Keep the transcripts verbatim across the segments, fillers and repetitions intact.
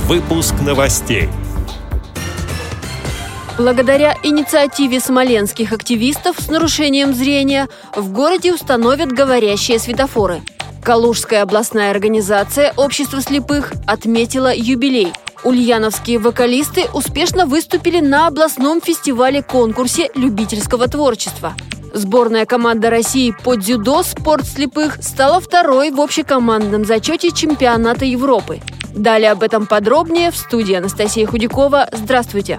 Выпуск новостей. Благодаря инициативе смоленских активистов с нарушением зрения в городе установят говорящие светофоры. Калужская областная организация «Общество слепых» отметила юбилей. Ульяновские вокалисты успешно выступили на областном фестивале-конкурсе любительского творчества. Сборная команда России по дзюдо «Спорт слепых» стала второй в общекомандном зачете чемпионата Европы. Далее об этом подробнее в студии Анастасия Худякова. Здравствуйте!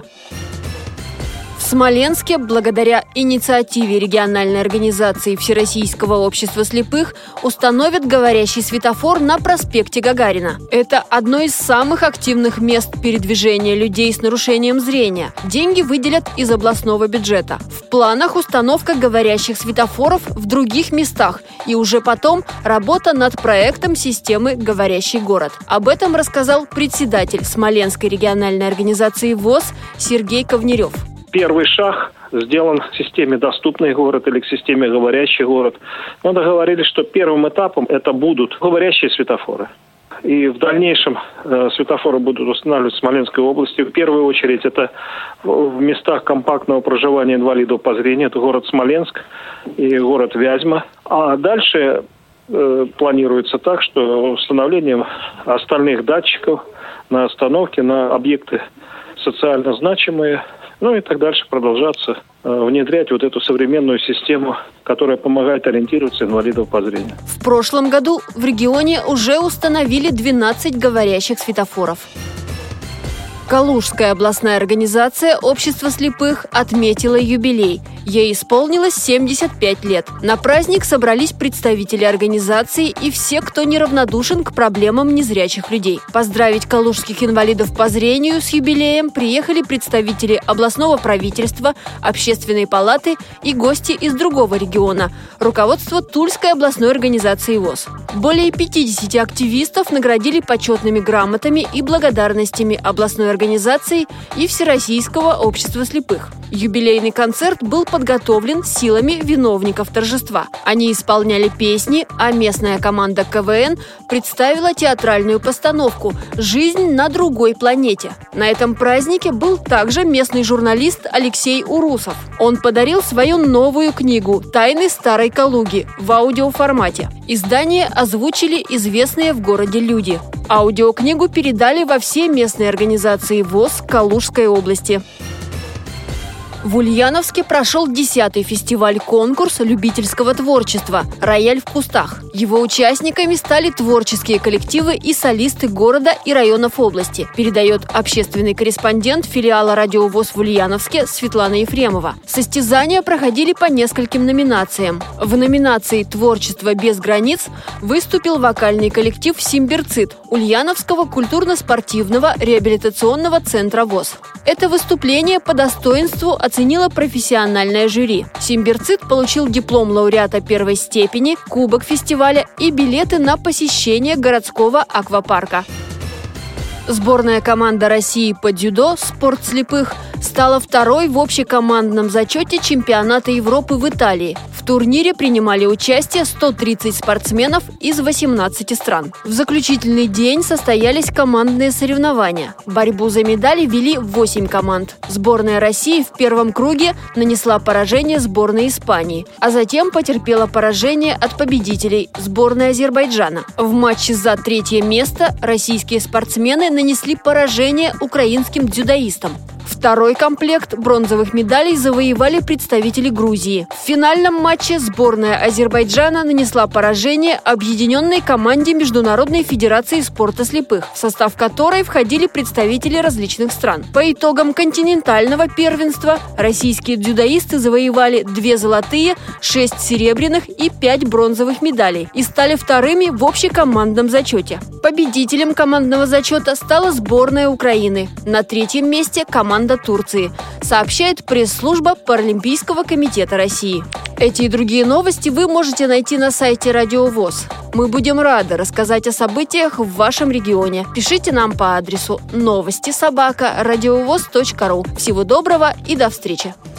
В Смоленске, благодаря инициативе региональной организации Всероссийского общества слепых, установят говорящий светофор на проспекте Гагарина. Это одно из самых активных мест передвижения людей с нарушением зрения. Деньги выделят из областного бюджета. В планах установка говорящих светофоров в других местах и уже потом работа над проектом системы «Говорящий город». Об этом рассказал председатель Смоленской региональной организации ВОС Сергей Ковнерев. Первый шаг сделан к системе «Доступный город» или к системе «Говорящий город». Мы договорились, что первым этапом это будут говорящие светофоры. И в дальнейшем э, светофоры будут устанавливать в Смоленской области. В первую очередь это в местах компактного проживания инвалидов по зрению. Это город Смоленск и город Вязьма. А дальше э, планируется так, что установлением остальных датчиков на остановке, на объекты социально значимые, ну и так дальше продолжаться э, внедрять вот эту современную систему, которая помогает ориентироваться инвалидов по зрению. В прошлом году в регионе уже установили двенадцать говорящих светофоров. Калужская областная организация «Общество слепых» отметила юбилей. Ей исполнилось семьдесят пять лет. На праздник собрались представители организации и все, кто неравнодушен к проблемам незрячих людей. Поздравить калужских инвалидов по зрению с юбилеем приехали представители областного правительства, общественной палаты и гости из другого региона – руководство Тульской областной организации ВОС. Более пятидесяти активистов наградили почетными грамотами и благодарностями областной организации и Всероссийского общества слепых. Юбилейный концерт был подготовлен силами виновников торжества. Они исполняли песни, а местная команда ка вэ эн представила театральную постановку «Жизнь на другой планете». На этом празднике был также местный журналист Алексей Урусов. Он подарил свою новую книгу «Тайны старой Калуги» в аудиоформате. Издание озвучили известные в городе люди. Аудиокнигу передали во все местные организации ВОС Калужской области. В Ульяновске прошел десятый фестиваль-конкурс любительского творчества «Рояль в кустах». Его участниками стали творческие коллективы и солисты города и районов области, передает общественный корреспондент филиала «Радио ВОС» в Ульяновске Светлана Ефремова. Состязания проходили по нескольким номинациям. В номинации «Творчество без границ» выступил вокальный коллектив «Симбирцит» Ульяновского культурно-спортивного реабилитационного центра ВОС. Это выступление по достоинству оценило профессиональное жюри. Симбирцит получил диплом лауреата первой степени, кубок фестиваля и билеты на посещение городского аквапарка. Сборная команда России по дзюдо «Спорт слепых» стала второй в общекомандном зачете чемпионата Европы в Италии. В турнире принимали участие сто тридцать спортсменов из восемнадцати стран. В заключительный день состоялись командные соревнования. Борьбу за медали вели восемь команд. Сборная России в первом круге нанесла поражение сборной Испании, а затем потерпела поражение от победителей – сборной Азербайджана. В матче за третье место российские спортсмены нанесли поражение украинским дзюдоистам. Второй комплект бронзовых медалей завоевали представители Грузии. В финальном матче сборная Азербайджана нанесла поражение объединенной команде Международной федерации спорта слепых, в состав которой входили представители различных стран. По итогам континентального первенства российские дзюдоисты завоевали две золотые, шесть серебряных и пять бронзовых медалей и стали вторыми в общекомандном зачете. Победителем командного зачета стала сборная Украины. На третьем месте команда Турции, сообщает пресс-служба Паралимпийского комитета России. Эти и другие новости вы можете найти на сайте Радио ВОС. Мы будем рады рассказать о событиях в вашем регионе. Пишите нам по адресу новости собака радиовоз точка ру. Всего доброго и до встречи!